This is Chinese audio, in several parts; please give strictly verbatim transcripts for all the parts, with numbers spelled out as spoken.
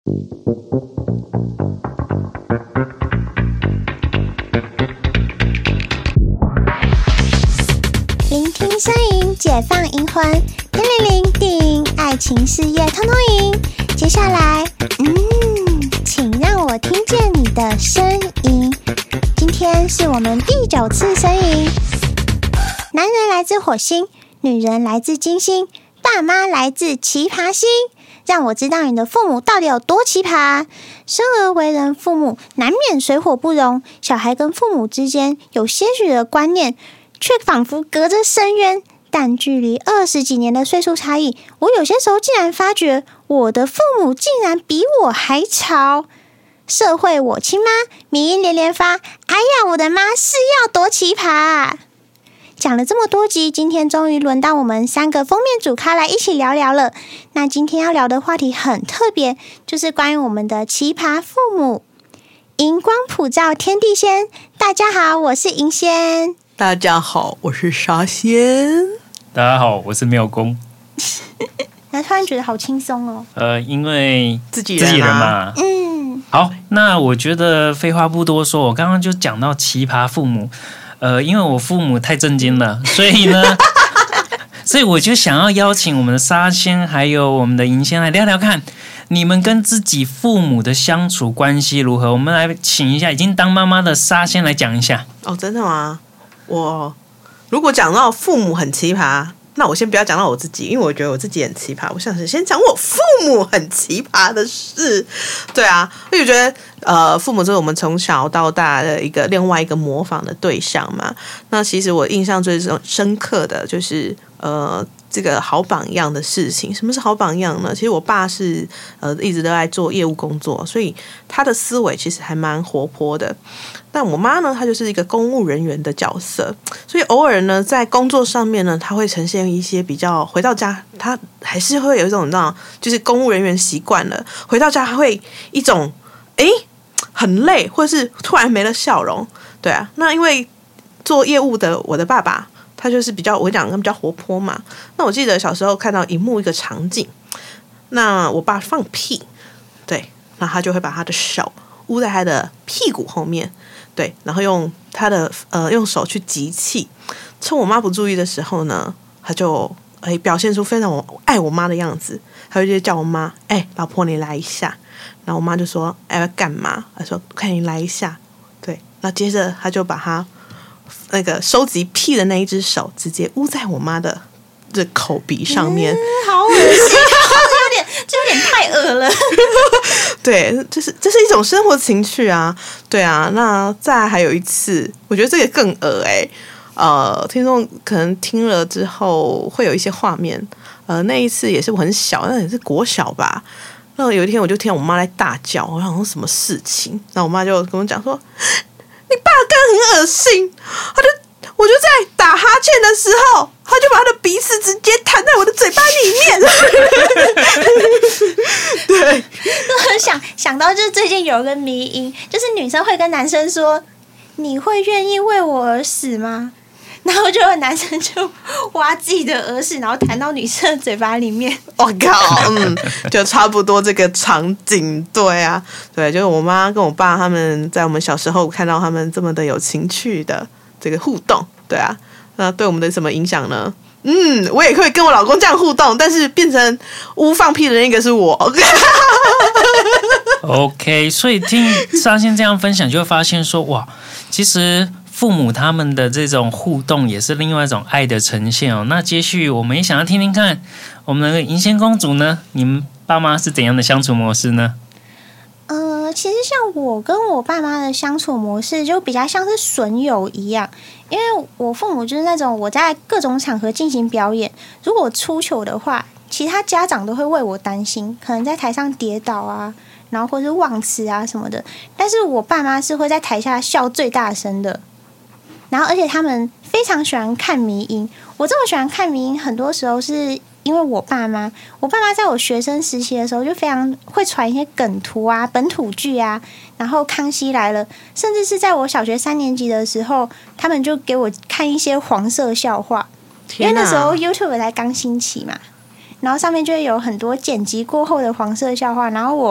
聆听声音，解放灵魂，天灵灵地灵，爱情事业通通赢。接下来，嗯，请让我听见你的声音。今天是我们第九次声音。男人来自火星，女人来自金星，爸妈来自奇葩星。让我知道你的父母到底有多奇葩。生而为人父母，难免水火不容，小孩跟父母之间有些许的观念，却仿佛隔着深渊。但距离二十几年的岁数差异，我有些时候竟然发觉，我的父母竟然比我还潮。社会我亲妈，迷因连连发，哎呀，我的妈是要多奇葩啊！讲了这么多集，今天终于轮到我们三个封面主咖来一起聊聊了。那今天要聊的话题很特别，就是关于我们的奇葩父母。荧光普照天地仙，大家好，我是银仙。 大家好，我是沙仙。 大家好，我是妙公。 然后突然觉得好轻松哦。 呃，因为自己人、啊、 自己人嘛。 嗯。 好，那我觉得废话不多说，我刚刚就讲到奇葩父母。呃，因为我父母太震惊了，所以呢，所以我就想要邀请我们的沙仙还有我们的银仙来聊聊看，你们跟自己父母的相处关系如何？我们来请一下已经当妈妈的沙仙来讲一下。 哦，真的吗？我如果讲到父母很奇葩，那我先不要讲到我自己，因为我觉得我自己很奇葩。我想先讲我父母很奇葩的事。对啊，因为我觉得呃，父母是我们从小到大的一个另外一个模仿的对象嘛。那其实我印象最深刻的就是呃。这个好榜样的事情。什么是好榜样呢？其实我爸是呃一直都在做业务工作，所以他的思维其实还蛮活泼的。但我妈呢，她就是一个公务人员的角色，所以偶尔呢在工作上面呢，她会呈现一些比较回到家，她还是会有一种那种就是公务人员习惯了，回到家她会一种诶很累，或者是突然没了笑容。对啊，那因为做业务的我的爸爸。他就是比较，我讲比较活泼嘛。那我记得小时候看到荧幕一个场景，那我爸放屁，对，那他就会把他的手捂在他的屁股后面，对，然后用他的呃用手去集气。趁我妈不注意的时候呢，他就哎表现出非常爱我妈的样子，他就叫我妈，哎，老婆你来一下。然后我妈就说，哎要干嘛？他说看你来一下，对，那接着他就把他。那个收集屁的那一只手直接捂在我妈的这口鼻上面， 嗯、好恶心，有点这有点太恶了。 对，这是这是一种生活情趣啊，对啊。那再来还有一次，我觉得这个更恶哎、欸，呃，听众可能听了之后会有一些画面，呃，那一次也是我很小，那也是国小吧。那有一天我就听到我妈在大叫，我想说什么事情？那我妈就跟我讲说。你爸刚很恶心，他就我就在打哈欠的时候，他就把他的鼻屎直接弹在我的嘴巴里面。对， 我想想到就是最近有一个迷因，就是女生会跟男生说：“你会愿意为我而死吗？”然后就有男生就挖自己的耳屎，然后弹到女生的嘴巴里面。 我、oh、靠，嗯，就差不多这个场景，对啊，对，就是我妈跟我爸他们在我们小时候看到他们这么的有情趣的这个互动，对啊，那对我们的什么影响呢？嗯，我也可以跟我老公这样互动，但是变成污放屁的那个是我。 OK， 所以听沙仙这样分享，就会发现说，哇，其实。父母他们的这种互动也是另外一种爱的呈现哦。那接续我们也想要听听看，我们的银仙公主呢，你们爸妈是怎样的相处模式呢？ 呃，其实像我跟我爸妈的相处模式，就比较像是损友一样。因为我父母就是那种我在各种场合进行表演，如果出糗的话，其他家长都会为我担心，可能在台上跌倒啊，然后或是忘词啊什么的。但是我爸妈是会在台下笑最大声的。然后，而且他们非常喜欢看迷因。我这么喜欢看迷因，很多时候是因为我爸妈，我爸妈在我学生时期的时候就非常会传一些梗图啊、本土剧啊，然后康熙来了，甚至是在我小学三年级的时候，他们就给我看一些黄色笑话，因为那时候 YouTube 才刚兴起嘛，然后上面就会有很多剪辑过后的黄色笑话，然后我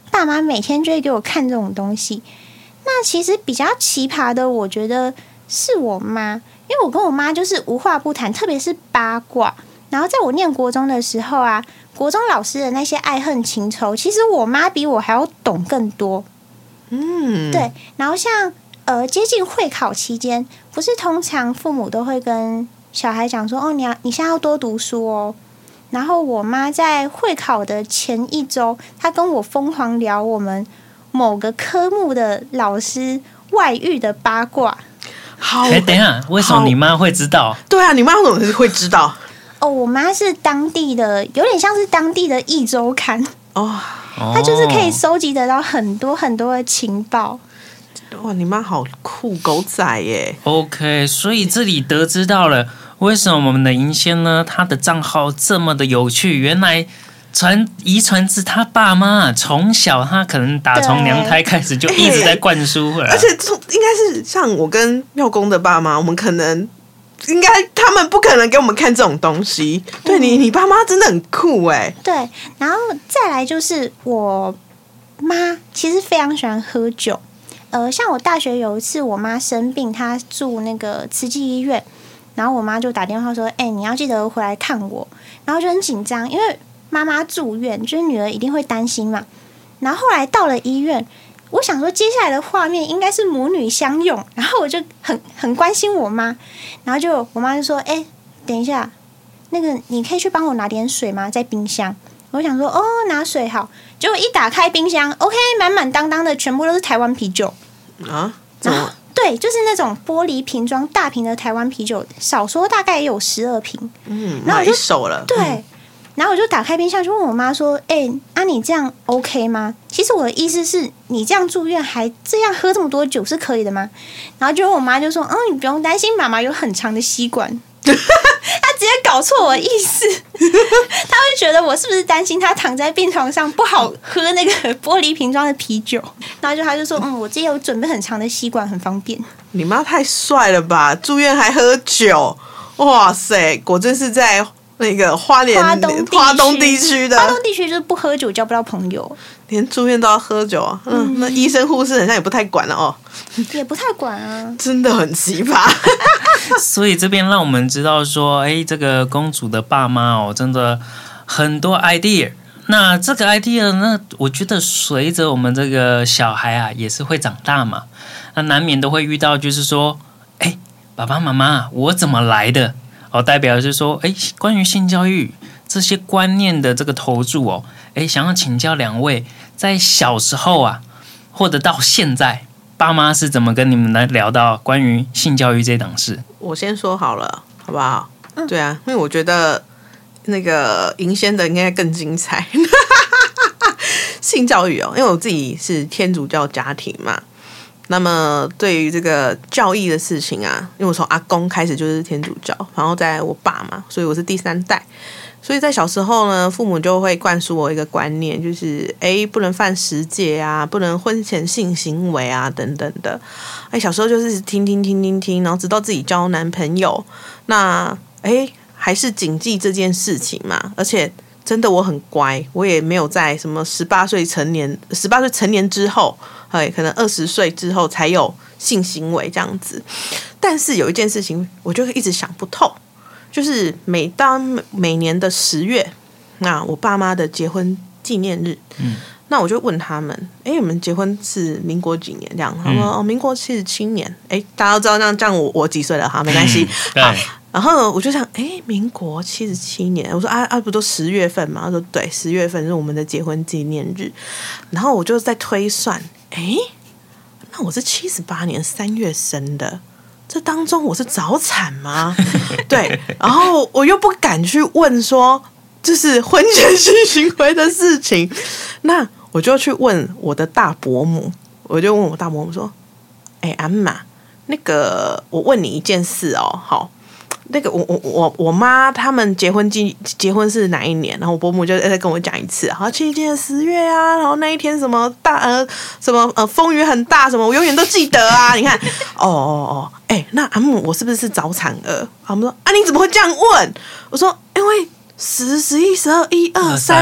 爸妈每天就会给我看这种东西。那其实比较奇葩的，我觉得是我妈，因为我跟我妈就是无话不谈，特别是八卦。然后在我念国中的时候啊，国中老师的那些爱恨情仇，其实我妈比我还要懂更多。 嗯， 对。然后像呃接近会考期间，不是通常父母都会跟小孩讲说，哦，你要你现在要多读书哦。然后我妈在会考的前一周，她跟我疯狂聊我们某个科目的老师外遇的八卦。 好， 哎，等一下，为什么你妈会知道？ 对啊，你妈怎么会知道？ 哦，我妈是当地的，有点像是当地的一周刊哦， 她就是可以收集得到很多很多的情报。 哇，你妈好酷，狗仔耶 OK， 所以这里得知到了为什么我们的银仙呢，他的账号这么的有趣，原来传遗传自他爸妈，从小他可能打从娘胎开始就一直在灌输了， 而且应该是像我跟妙公的爸妈，我们可能应该他们不可能给我们看这种东西。对你，你爸妈真的很酷哎。 对，然后再来就是我妈其实非常喜欢喝酒。呃，像我大学有一次，我妈生病，她住那个慈济医院，然后我妈就打电话说：“哎、欸，你要记得回来看我。”然后就很紧张，因为妈妈住院，就是女儿一定会担心嘛。然后后来到了医院，我想说接下来的画面应该是母女相拥，然后我就很很关心我妈，然后就我妈就说：“哎、欸，等一下，那个你可以去帮我拿点水吗？在冰箱。”我想说哦，拿水好，结果一打开冰箱 ，OK， 满满当当的，全部都是台湾啤酒啊！怎么？ 对，就是那种玻璃瓶装大瓶的台湾啤酒，少说大概也有十二瓶。 嗯， 然后我就买一手了。 对、 嗯， 然后我就打开冰箱，就问我妈说：“哎、欸，啊，你这样 OK 吗？其实我的意思是，你这样住院还这样喝这么多酒是可以的吗？”然后就我妈就说：“嗯，你不用担心，妈妈有很长的吸管。”他直接搞错我的意思，他会觉得我是不是担心他躺在病床上不好喝那个玻璃瓶装的啤酒，然后就他就说嗯，我自己有准备很长的吸管，很方便。 你妈太帅了吧！住院还喝酒，哇塞，果真是在那个花莲花东花东地区的花东地区就是不喝酒交不到朋友， 连住院都要喝酒啊！嗯，嗯那医生护士好像也不太管了哦， 也不太管啊， 真的很奇葩。 所以这边让我们知道说，哎，这个公主的爸妈哦，真的很多 idea。那这个 idea 呢，我觉得随着我们这个小孩啊，也是会长大嘛，那难免都会遇到，就是说，哎，爸爸妈妈，我怎么来的？哦，代表是说，哎，关于性教育这些观念的这个投注哦，哎，想要请教两位，在小时候啊，或者到现在，爸妈是怎么跟你们来聊到关于性教育这档事？ 我先说好了，好不好？嗯、对啊，因为我觉得那个银仙的应该更精彩。性教育哦，因为我自己是天主教家庭嘛，那么对于这个教义的事情啊，因为我从阿公开始就是天主教，然后再来我爸嘛，所以我是第三代。所以在小时候呢，父母就会灌输我一个观念，就是哎，不能犯十戒啊，不能婚前性行为啊，等等的。哎，小时候就是听听听听听，然后直到自己交男朋友，那哎还是谨记这件事情嘛。而且真的我很乖，我也没有在什么十八岁成年，十八岁成年之后，哎，可能二十岁之后才有性行为这样子。但是有一件事情，我就一直想不透。就是每当每年的十月，那我爸妈的结婚纪念日，嗯，那我就问他们，哎，你们结婚是民国几年？这样，他说、嗯、哦，民国七十七年。哎，大家都知道，这样这样我我几岁了哈，没关系。 嗯、 好，然后我就想，哎，民国七十七年，我说啊啊，不都十月份嘛？他说对，十月份是我们的结婚纪念日。然后我就在推算，哎，那我是七十八年三月生的。这当中我是早产吗？对，然后我又不敢去问说，就是婚前性行为的事情，那我就去问我的大伯母，我就问我大伯母说：“哎、欸，阿嬷，那个我问你一件事哦，好，那个我我我我妈他们结婚结结婚是哪一年？然后我伯母就再跟我讲一次，好，七年十月啊，然后那一天什么大呃什么呃风雨很大，什么我永远都记得啊。你看，哦哦哦，哎、欸，那阿姆我是不是早产儿？阿姆说啊，你怎么会这样问？我说因为十十一十二一二三，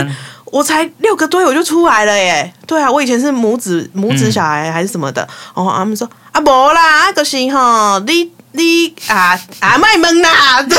我才六个多月我就出来了耶。对啊，我以前是母子母子小孩还是什么的。嗯、哦，他们说啊，无啦，就是吼你。你啊啊卖萌啦，对，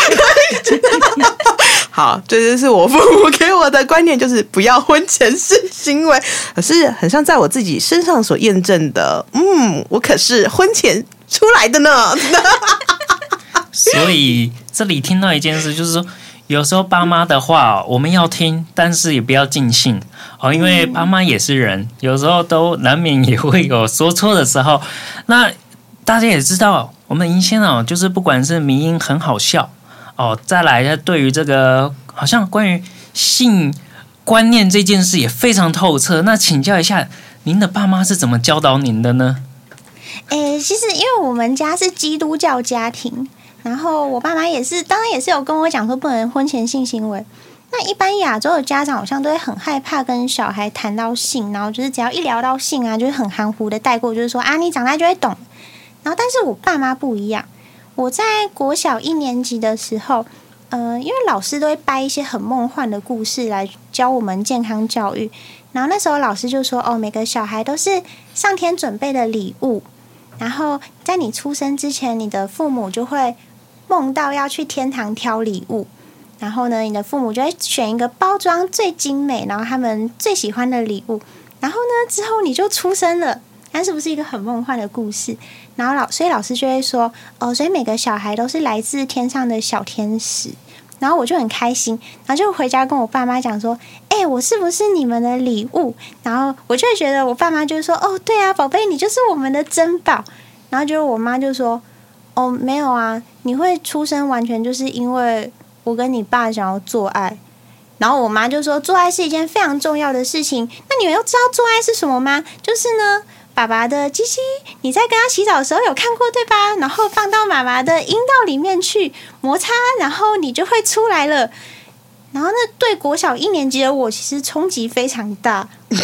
好，这就是我父母给我的观念，就是不要婚前性行为。可是很像在我自己身上所验证的，嗯，我可是婚前出来的呢。 所以这里听到一件事，就是说，有时候爸妈的话我们要听，但是也不要尽信哦，因为爸妈也是人，有时候都难免也会有说错的时候。那大家也知道。我们银仙哦，就是不管是迷因很好笑哦，再来对于这个好像关于性观念这件事也非常透彻。那请教一下，您的爸妈是怎么教导您的呢？ 诶，其实因为我们家是基督教家庭，然后我爸妈也是，当然也是有跟我讲说不能婚前性行为。那一般亚洲的家长好像都会很害怕跟小孩谈到性，然后就是只要一聊到性啊，就是很含糊的带过，就是说啊，你长大就会懂。然后，但是我爸妈不一样。我在国小一年级的时候，呃，因为老师都会掰一些很梦幻的故事来教我们健康教育。然后那时候老师就说：“哦，每个小孩都是上天准备的礼物。然后在你出生之前，你的父母就会梦到要去天堂挑礼物。然后呢，你的父母就会选一个包装最精美，然后他们最喜欢的礼物。然后呢，之后你就出生了。”但是不是一个很梦幻的故事？然后老，所以老师就会说，哦，所以每个小孩都是来自天上的小天使。然后我就很开心，然后就回家跟我爸妈讲说，哎、欸，我是不是你们的礼物？然后我就会觉得我爸妈就说，哦，对啊，宝贝，你就是我们的珍宝。然后就我妈就说，哦，没有啊，你会出生完全就是因为我跟你爸想要做爱。然后我妈就说，做爱是一件非常重要的事情。那你们要知道做爱是什么吗？就是呢。爸爸的鸡鸡，你在跟他洗澡的时候有看过对吧？然后放到妈妈的阴道里面去摩擦，然后你就会出来了。然后那对国小一年级的我其实冲击非常大，因为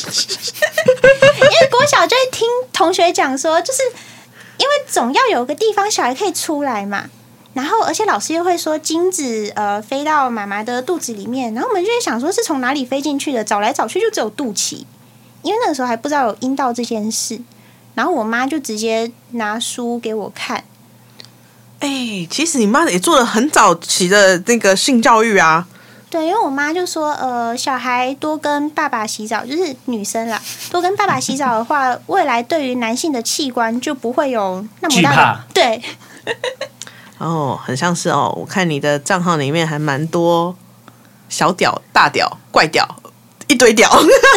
国小就会听同学讲说，就是因为总要有个地方小孩可以出来嘛。然后而且老师又会说精子呃飞到妈妈的肚子里面，然后我们就会想说是从哪里飞进去的，找来找去就只有肚脐。因为那个时候还不知道有阴道这件事，然后我妈就直接拿书给我看。 哎、欸，其实你妈也做了很早期的那个性教育啊。 对，因为我妈就说，呃，小孩多跟爸爸洗澡，就是女生啦，多跟爸爸洗澡的话，未来对于男性的器官就不会有那么大的对。 哦，很像是哦，我看你的账号里面还蛮多小屌、大屌、怪屌，一堆屌。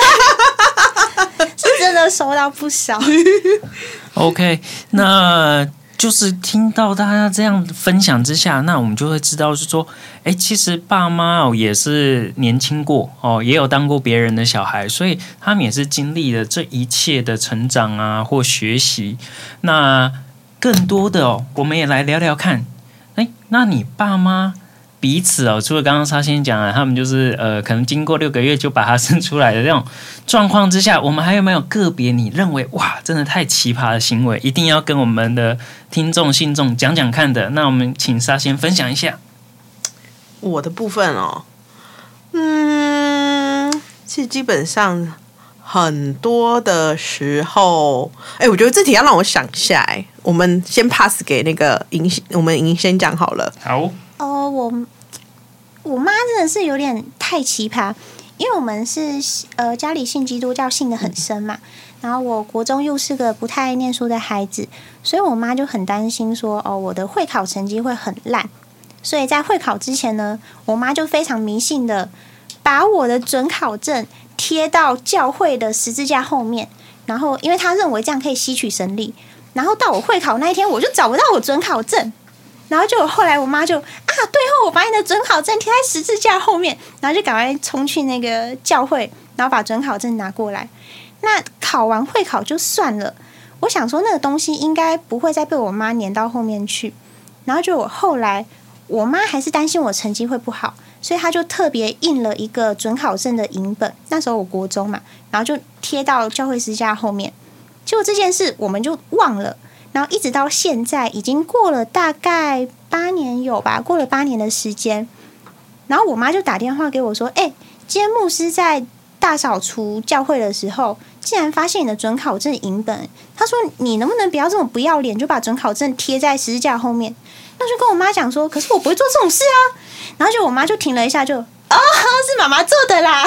是真的收到不少。 OK， 那就是听到大家这样分享之下，那我们就会知道是说，哎，其实爸妈哦也是年轻过哦，也有当过别人的小孩，所以他们也是经历了这一切的成长啊或学习。那更多的哦，我们也来聊聊看，哎，那你爸妈彼此哦，除了刚刚沙仙讲的，他们就是呃，可能经过六个月就把他生出来的这种状况之下，我们还有没有个别你认为哇，真的太奇葩的行为，一定要跟我们的听众信众讲讲看的？那我们请沙仙分享一下。 我的部分哦，嗯，其实基本上很多的时候，哎，我觉得这题要让我想一下，哎，我们先 pass 给那个银，我们银先讲好了。 好。 哦，我我妈真的是有点太奇葩，因为我们是呃家里信基督教，信得很深嘛。然后我国中又是个不太爱念书的孩子，所以我妈就很担心说，哦，我的会考成绩会很烂。所以在会考之前呢，我妈就非常迷信的把我的准考证贴到教会的十字架后面，然后因为她认为这样可以吸取神力。然后到我会考那一天，我就找不到我准考证。然后就后来我妈就啊，对后我把你的准考证贴在十字架后面，然后就赶快冲去那个教会，然后把准考证拿过来。那考完会考就算了，我想说那个东西应该不会再被我妈粘到后面去。然后就我后来，我妈还是担心我成绩会不好，所以她就特别印了一个准考证的影本。那时候我国中嘛，然后就贴到教会十字架后面。结果这件事我们就忘了。然后一直到现在，已经过了大概八年有吧，过了八年的时间。然后我妈就打电话给我说：“哎、欸， 今天牧师在大扫除教会的时候，竟然发现你的准考证影本。他说：“你能不能不要这么不要脸，就把准考证贴在十字架后面？”那就跟我妈讲说：“可是我不会做这种事啊。”然后就我妈就停了一下就，就哦，是妈妈做的啦。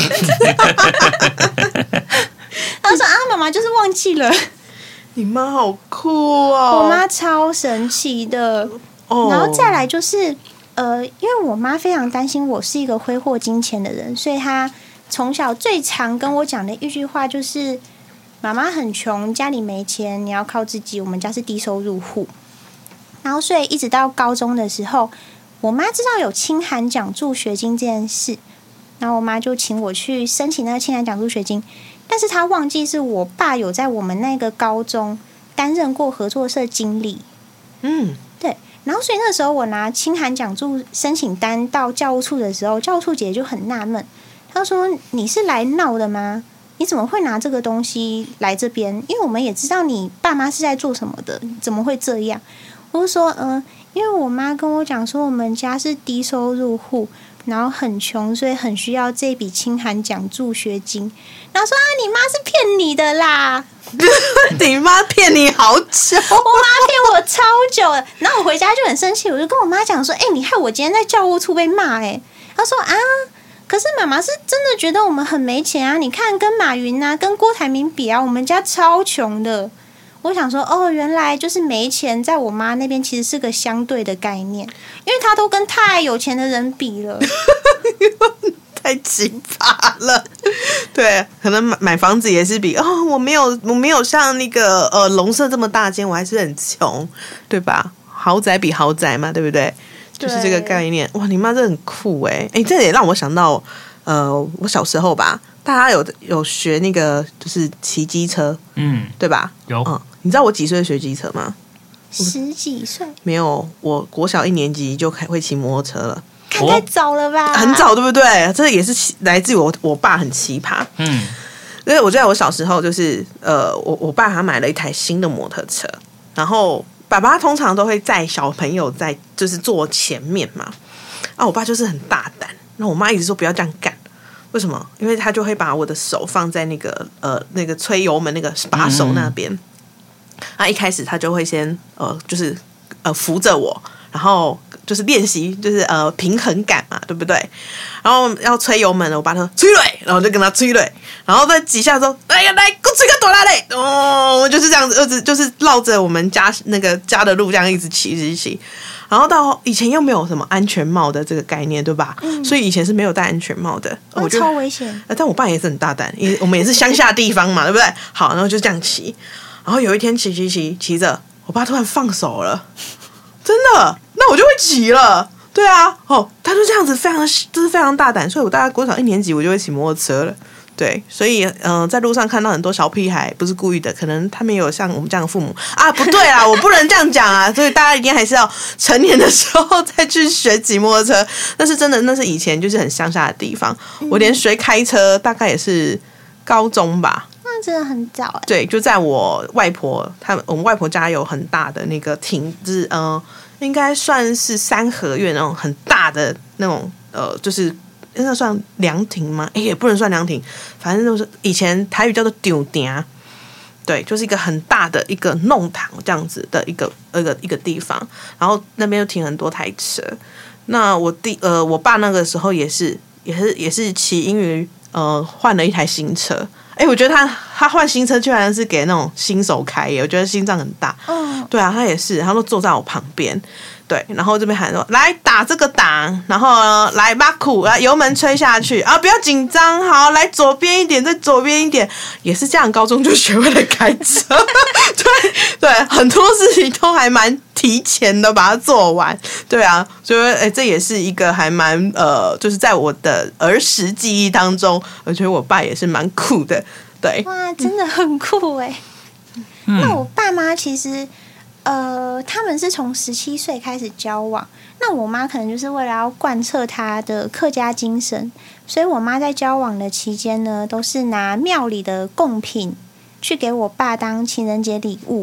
他说：“啊，妈妈就是忘记了。” 你妈好酷哦！ 我妈超神奇的。哦、然后再来就是，呃，因为我妈非常担心我是一个挥霍金钱的人，所以她从小最常跟我讲的一句话就是：“妈妈很穷，家里没钱，你要靠自己。我们家是低收入户。”然后所以一直到高中的时候，我妈知道有清寒奖助学金这件事，然后我妈就请我去申请那个清寒奖助学金。但是他忘记是我爸有在我们那个高中担任过合作社经理，嗯，对。然后所以那时候我拿清寒奖助申请单到教务处的时候，教务处姐姐就很纳闷，她说：“你是来闹的吗？你怎么会拿这个东西来这边？因为我们也知道你爸妈是在做什么的，怎么会这样？”我就说：“嗯、呃，因为我妈跟我讲说，我们家是低收入户。”然后很穷，所以很需要这笔清寒奖助学金。然后说啊，你妈是骗你的啦！ 你妈骗你好久，我妈骗我超久了。然后我回家就很生气，我就跟我妈讲说：“哎、欸，你害我今天在教务处被骂。”哎，她说啊，可是妈妈是真的觉得我们很没钱啊！你看跟马云啊，跟郭台铭比啊，我们家超穷的。我想说，哦，原来就是没钱，在我妈那边其实是个相对的概念，因为她都跟太有钱的人比了， 太奇葩了。对，可能买买房子也是比哦，我没有，我没有像那个呃龙舍这么大间，我还是很穷，对吧？豪宅比豪宅嘛，对不对？就是这个概念。哇，你妈真的很酷哎！哎，这也让我想到，呃，我小时候吧。大家有有学那个就是骑机车，嗯，对吧？ 有，嗯， 你知道我几岁学机车吗？ 十几岁？ 没有，我国小一年级就开会骑摩托车了， 太早了吧？ 很早，对不对？这也是来自于我我爸很奇葩，嗯，因为我在我小时候就是呃，我我爸他买了一台新的摩托车，然后爸爸通常都会载小朋友在就是坐前面嘛，啊，我爸就是很大胆，那我妈一直说不要这样干。为什么？因为他就会把我的手放在那个呃那个吹油门那个把手那边，他、嗯、一开始他就会先呃就是呃扶着我，然后就是练习就是呃平衡感嘛，对不对？然后要吹油门了，我把他吹嘞，然后就跟他吹嘞，然后在几下之后，哎呀来，给我吹个多拉嘞，哦，就是这样子，一直就是绕着我们家那个家的路这样一直骑，一直骑。然后到以前又没有什么安全帽的这个概念，对吧？嗯、所以以前是没有戴安全帽的， 哦、 我觉得超危险。 但我爸也是很大胆，因为我们也是乡下地方嘛，对不对？好，然后就这样骑。然后有一天骑骑骑骑着，我爸突然放手了，真的，那我就会骑了。对啊，哦，他就这样子非常就是非常大胆，所以我大概国小一年级我就会骑摩托车了。对，所以嗯、呃，在路上看到很多小屁孩，不是故意的，可能他们也有像我们这样的父母啊，不对啦，我不能这样讲啊，所以大家一定还是要成年的时候再去学骑摩托车。那是真的，那是以前就是很乡下的地方，嗯、我连学开车大概也是高中吧， 那真的很早哎、欸。 对，就在我外婆他们，我们外婆家有很大的那个亭子，嗯、呃，应该算是三合院那种很大的那种，呃，就是。那算凉亭吗？哎、欸，也不能算凉亭，反正就是以前台语叫做丢店，对，就是一个很大的一个弄堂这样子的一个一个一个地方，然后那边又停很多台车。那我弟呃，我爸那个时候也是也是也是骑英语呃换了一台新车。哎、欸，我觉得他他换新车居然是给那种新手开耶，我觉得心脏很大。嗯，对啊，他也是，他都坐在我旁边。对，然后这边喊说来打这个档，然后呢来马库，来油门吹下去啊，不要紧张，好，来左边一点，再左边一点，也是这样，高中就学会了开车。对对，很多事情都还蛮提前的把它做完。对啊，所以哎，这也是一个还蛮呃，就是在我的儿时记忆当中，我觉得我爸也是蛮酷的。对， 哇，真的很酷哎、嗯。那我爸妈其实。呃，他们是从十七岁开始交往，那我妈可能就是为了要贯彻她的客家精神，所以我妈在交往的期间呢，都是拿庙里的贡品去给我爸当情人节礼物。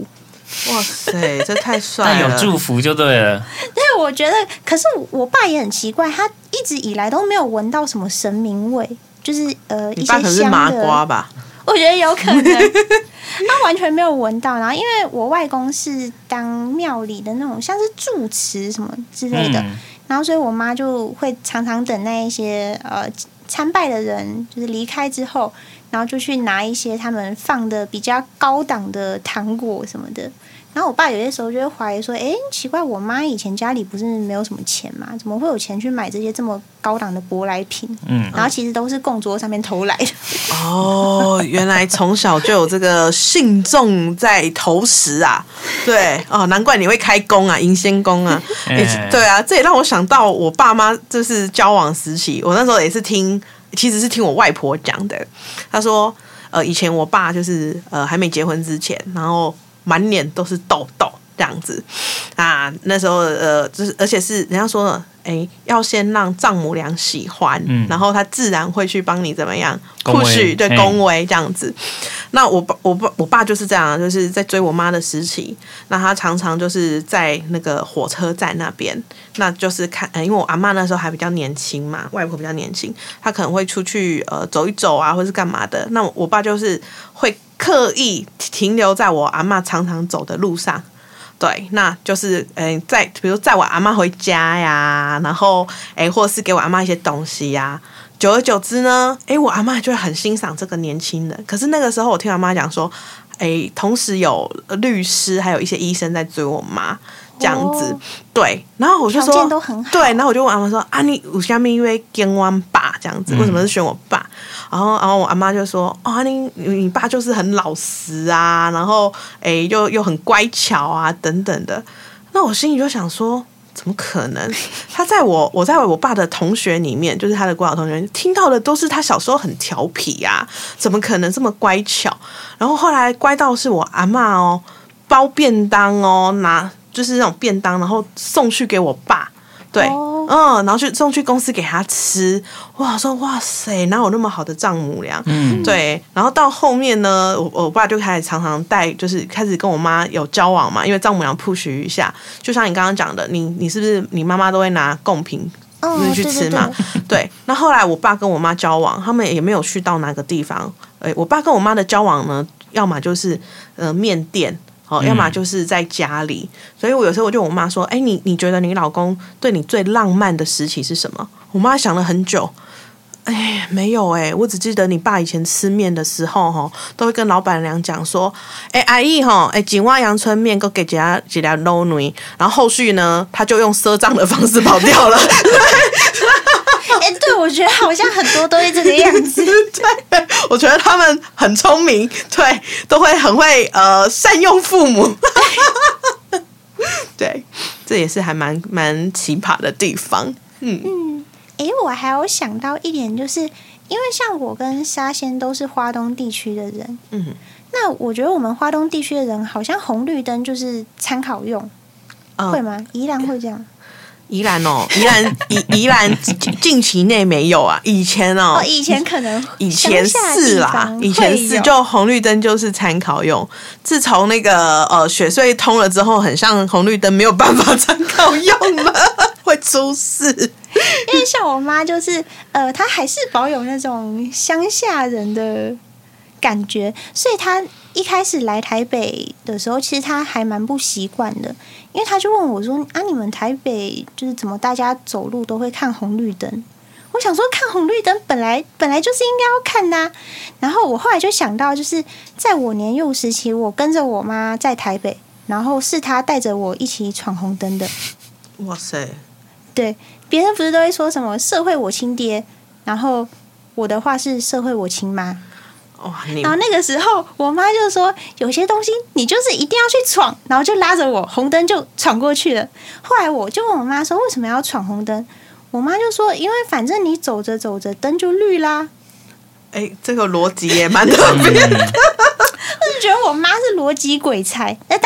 哇塞，这太帅了！ 但有祝福就对了。 对，我觉得，可是我爸也很奇怪，他一直以来都没有闻到什么神明味，就是呃一些香的。 你爸可是麻瓜吧？ 我觉得有可能，他完全没有闻到。然后，因为我外公是当庙里的那种，像是住持什么之类的，嗯、然后所以我妈就会常常等那一些呃参拜的人就是离开之后，然后就去拿一些他们放的比较高档的糖果什么的。然后我爸有些时候就会怀疑说：“哎，奇怪，我妈以前家里不是没有什么钱嘛，怎么会有钱去买这些这么高档的舶来品？”嗯，然后其实都是供桌上面偷来的。 哦，原来从小就有这个信众在投食啊！对哦，难怪你会开工啊，迎仙宫啊！欸、对啊，这也让我想到我爸妈就是交往时期，我那时候也是听，其实是听我外婆讲的。她说，呃，以前我爸就是呃还没结婚之前，然后。满脸都是痘痘这样子啊，那时候呃，就是而且是人家说了，哎，要先让丈母娘喜欢，嗯、然后他自然会去帮你怎么样push对恭维这样子。那我爸我爸我爸就是这样，就是在追我妈的时期，那他常常就是在那个火车站那边，那就是看，因为我阿嬷那时候还比较年轻嘛，外婆比较年轻，他可能会出去呃走一走啊，或是干嘛的。那我爸就是会。刻意停留在我阿嬷常常走的路上，对，那就是嗯、呃，在比如载我阿嬷回家呀，然后哎，或是给我阿嬷一些东西呀，久而久之呢，哎，我阿嬷就会很欣赏这个年轻人。可是那个时候，我听我阿嬷讲说，哎，同时有律师还有一些医生在追我妈。这样子，哦、对，然后我就说， 条件都很好， 对，然后我就问阿妈说：“啊，你有啥咪因为跟我爸这样子，为什么是选我爸？”然后，然后我阿妈就说：“哦，你你爸就是很老实啊，然后诶又又很乖巧啊，等等的。”那我心里就想说，怎么可能？他在我我在我爸的同学里面，就是他的国小同学，听到的都是他小时候很调皮啊，怎么可能这么乖巧？然后后来乖到是我阿嬷哦，包便当哦，拿。就是那种便当，然后送去给我爸，对，哦、嗯，然后去送去公司给他吃。哇，说哇塞，哪有那么好的丈母娘？嗯，对。然后到后面呢，我我爸就开始常常带，就是开始跟我妈有交往嘛，因为丈母娘 push 一下，就像你刚刚讲的，你你是不是你妈妈都会拿贡品？就是去吃嘛，哦、对, 对, 对, 对。那后来我爸跟我妈交往，他们也没有去到哪个地方。哎，我爸跟我妈的交往呢，要么就是呃面店。哦，要么就是在家里，嗯、所以我有时候我就问我妈说：“哎，你你觉得你老公对你最浪漫的时期是什么？”我妈想了很久，哎，没有哎、欸，我只记得你爸以前吃面的时候，哈，都会跟老板娘讲说：“哎，阿姨哈，哎，井蛙阳春面，给给几家几家捞女。”然后后续呢，他就用赊账的方式跑掉了。 哎、欸，对，我觉得好像很多都是这个样子。 对，我觉得他们很聪明，对，都会很会呃善用父母。对，这也是还蛮蛮奇葩的地方。嗯嗯，哎、欸，我还有想到一点，就是因为像我跟沙仙都是花东地区的人，嗯，那我觉得我们花东地区的人好像红绿灯就是参考用，嗯、会吗？宜兰会这样？ 宜兰哦，宜兰宜宜兰近期内没有啊，以前哦， 哦以前可能以前是啦，以前是就红绿灯就是参考用，自从那个呃雪隧通了之后，很像红绿灯没有办法参考用了，会出事。 因为像我妈就是呃，她还是保有那种乡下人的感觉，所以她一开始来台北的时候，其实她还蛮不习惯的。因为他就问我说：“啊，你们台北就是怎么大家走路都会看红绿灯？”我想说，看红绿灯本来本来就是应该要看的啊。然后我后来就想到，就是在我年幼时期，我跟着我妈在台北，然后是她带着我一起闯红灯的。 哇塞！ 对，别人不是都会说什么“社会我亲爹”，然后我的话是“社会我亲妈”。然后那个时候，我妈就说：“有些东西你就是一定要去闯。”然后就拉着我，红灯就闯过去了。后来我就问我妈说：“为什么要闯红灯？”我妈就说：“因为反正你走着走着灯就绿啦。” 哎，这个逻辑也蛮特别的。 我就觉得我妈是逻辑鬼才，但是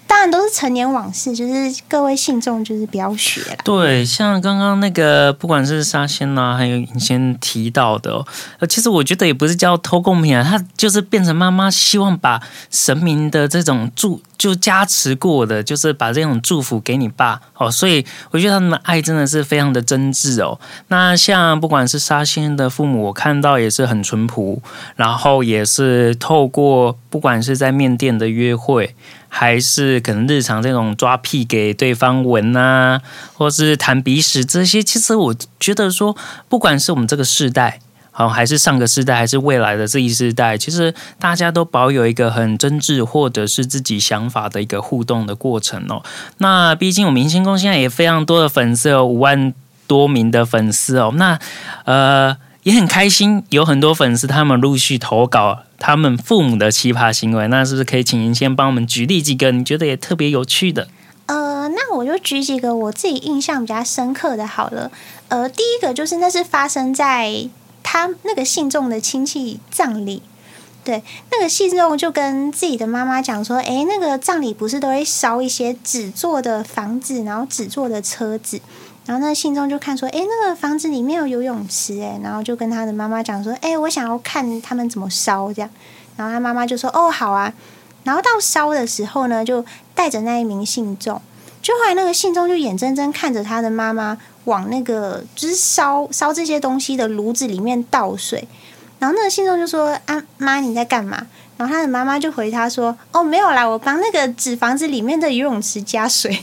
当然都是成年往事，就是各位信众就是不要学啦。 对，像刚刚那个，不管是沙仙啊，还有以前提到的、哦，呃，其实我觉得也不是叫偷贡品啊，他就是变成妈妈希望把神明的这种祝就加持过的，就是把这种祝福给你爸哦，所以我觉得他们的爱真的是非常的真挚哦。那像不管是沙仙的父母，我看到也是很淳朴，然后也是透过不管是在面店的约会。还是可能日常这种抓屁给对方闻啊，或是弹鼻屎这些，其实我觉得说，不管是我们这个世代，好、哦、还是上个世代，还是未来的这一世代，其实大家都保有一个很真挚或者是自己想法的一个互动的过程哦。那毕竟我们迎新宫现在也非常多的粉丝哦，五万多名的粉丝哦，那呃。也很开心，有很多粉丝他们陆续投稿他们父母的奇葩行为，那是不是可以请您先帮我们举例几个你觉得也特别有趣的？ 呃，那我就举几个我自己印象比较深刻的好了。呃，第一个就是那是发生在他那个信众的亲戚葬礼。对，那个信众就跟自己的妈妈讲说，哎，那个葬礼不是都会烧一些纸做的房子，然后纸做的车子。然后那个信众就看说，哎，那个房子里面有游泳池，哎，然后就跟他的妈妈讲说，哎，我想要看他们怎么烧这样。然后他妈妈就说，哦，好啊。然后到烧的时候呢，就带着那一名信众，就后来那个信众就眼睁睁看着他的妈妈往那个就是烧烧这些东西的炉子里面倒水。然后那个信众就说，啊，妈，你在干嘛？然后他的妈妈就回他说，哦，没有啦，我帮那个纸房子里面的游泳池加水。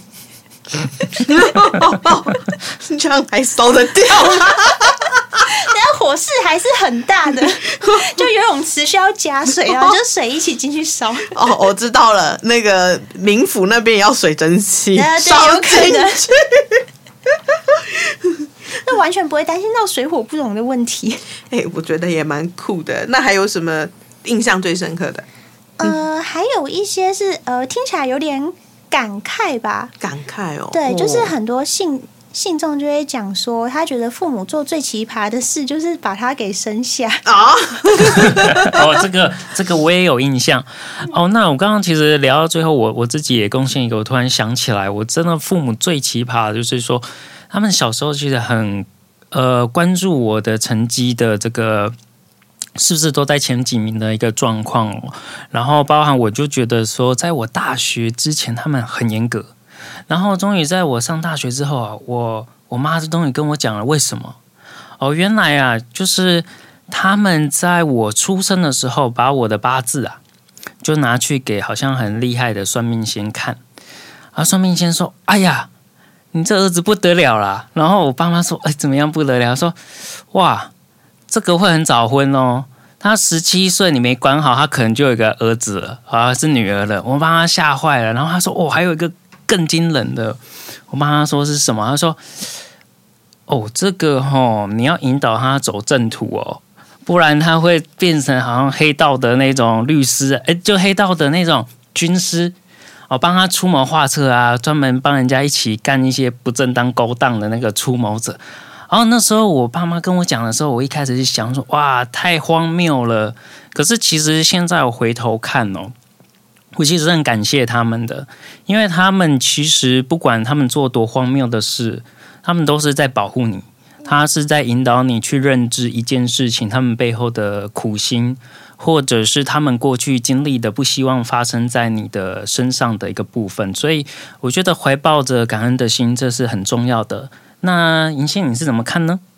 这样还烧得掉吗？ 但火势还是很大的，就游泳池需要加水，然后就水一起进去烧。 哦，我知道了，那个冥府那边也要水蒸气烧进去。 那完全不会担心到水火不容的问题。 哎、欸，我觉得也蛮酷的。那还有什么印象最深刻的？ 呃，还有一些是呃，听起来有点感慨吧。 感慨哦。 对，就是很多信信众就会讲说，他觉得父母做最奇葩的事就是把他给生下。 啊、 哦，这个这个我也有印象。哦，那我刚刚其实聊到最后，我我自己也贡献一个，我突然想起来，我真的父母最奇葩的就是说，他们小时候其实很呃关注我的成绩的这个是不是都在前几名的一个状况哦。然后包含我就觉得说，在我大学之前他们很严格，然后终于在我上大学之后啊，我我妈就终于跟我讲了为什么。哦，原来啊，就是他们在我出生的时候，把我的八字啊，就拿去给好像很厉害的算命先看。然后算命先说：“哎呀，你这儿子不得了啦。”然后我爸妈说：“哎，怎么样不得了？”说：“哇，这个会很早婚哦。他十七岁你没管好，他可能就有一个儿子了，啊，是女儿了。”我把他吓坏了。然后他说：“哦，还有一个更惊人的。”我妈他说是什么？他说：“哦，这个齁，你要引导他走正途哦，不然他会变成好像黑道的那种律师，哎，就黑道的那种军师哦，帮他出谋划策啊，专门帮人家一起干一些不正当勾当的那个出谋者。”然后那时候我爸妈跟我讲的时候，我一开始就想说，哇，太荒谬了。可是其实现在我回头看哦，我其实很感谢他们的，因为他们其实不管他们做多荒谬的事，他们都是在保护你，他是在引导你去认知一件事情，他们背后的苦心，或者是他们过去经历的不希望发生在你的身上的一个部分。所以我觉得怀抱着感恩的心，这是很重要的。那银杏你是怎么看呢？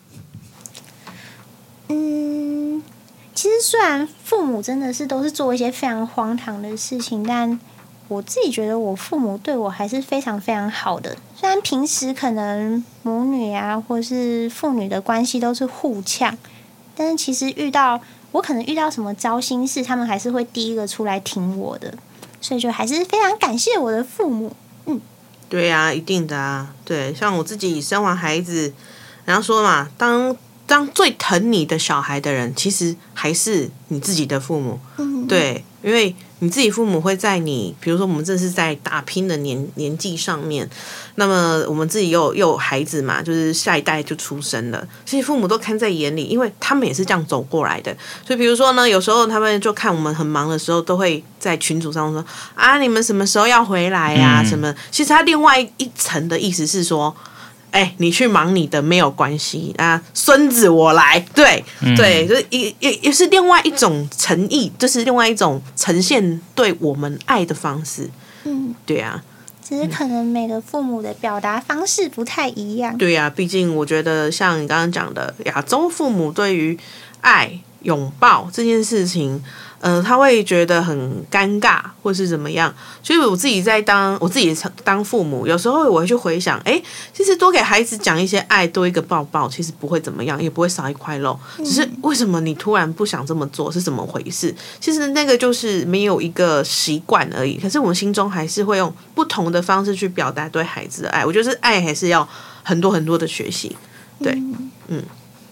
嗯，其实虽然父母真的是都是做一些非常荒唐的事情，但我自己觉得我父母对我还是非常非常好的。虽然平时可能母女啊或是父女的关系都是互呛，但是其实遇到我可能遇到什么糟心事，他们还是会第一个出来挺我的，所以就还是非常感谢我的父母。嗯， 对啊，一定的啊。对，像我自己生完孩子，人家说嘛，当当最疼你的小孩的人，其实还是你自己的父母。嗯，对，因为你自己父母会在你，比如说我们这是在打拼的年年纪上面，那么我们自己又又有孩子嘛，就是下一代就出生了，其实父母都看在眼里，因为他们也是这样走过来的。所以比如说呢，有时候他们就看我们很忙的时候，都会在群组上说啊，你们什么时候要回来呀、啊？什么？其实他另外一层的意思是说，哎、欸，你去忙你的没有关系啊，孙子我来，对、嗯、对，就是也也也是另外一种诚意，就是另外一种呈现对我们爱的方式。嗯，对啊， 只是可能每个父母的表达方式不太一样。 对啊，毕竟我觉得像你刚刚讲的，亚洲父母对于爱、拥抱这件事情。呃，他会觉得很尴尬，或是怎么样。所以我自己在当我自己当父母，有时候我会去回想，哎，其实多给孩子讲一些爱，多一个抱抱，其实不会怎么样，也不会少一块肉。只是为什么你突然不想这么做，是怎么回事？其实那个就是没有一个习惯而已。可是我们心中还是会用不同的方式去表达对孩子的爱。我觉得爱还是要很多很多的学习。对，嗯。嗯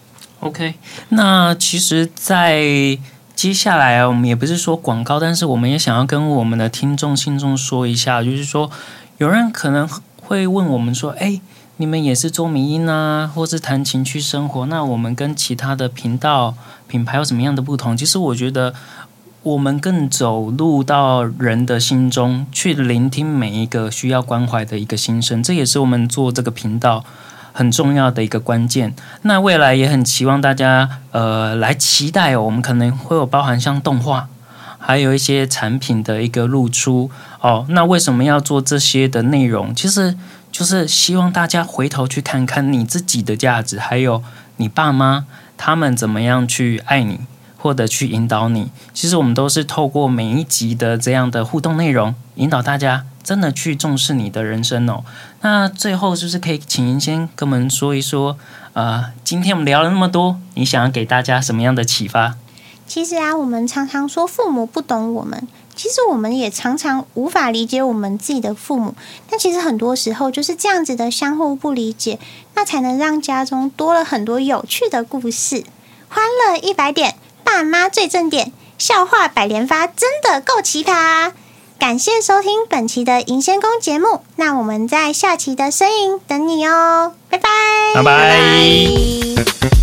OK， 那其实，在接下来啊，我们也不是说广告，但是我们也想要跟我们的听众、信众说一下，就是说，有人可能会问我们说：“哎，你们也是做迷音啊，或是谈情趣生活，那我们跟其他的频道品牌有什么样的不同？”其实我觉得，我们更走入到人的心中，去聆听每一个需要关怀的一个心声，这也是我们做这个频道很重要的一个关键。那未来也很期望大家呃来期待哦，我们可能会有包含像动画，还有一些产品的一个露出哦。那为什么要做这些的内容？其实就是希望大家回头去看看你自己的价值，还有你爸妈他们怎么样去爱你，或者去引导你。其实我们都是透过每一集的这样的互动内容，引导大家真的去重视你的人生哦。那最后就是可以请您先跟我们说一说，呃，今天我们聊了那么多，你想要给大家什么样的启发？ 其实啊，我们常常说父母不懂我们，其实我们也常常无法理解我们自己的父母。但其实很多时候就是这样子的相互不理解，那才能让家中多了很多有趣的故事。欢乐一百点，爸妈最正点，笑话百连发，真的够奇葩！感谢收听本期的寅仙宫节目，那我们在下期的声音等你哦，拜拜， 拜拜。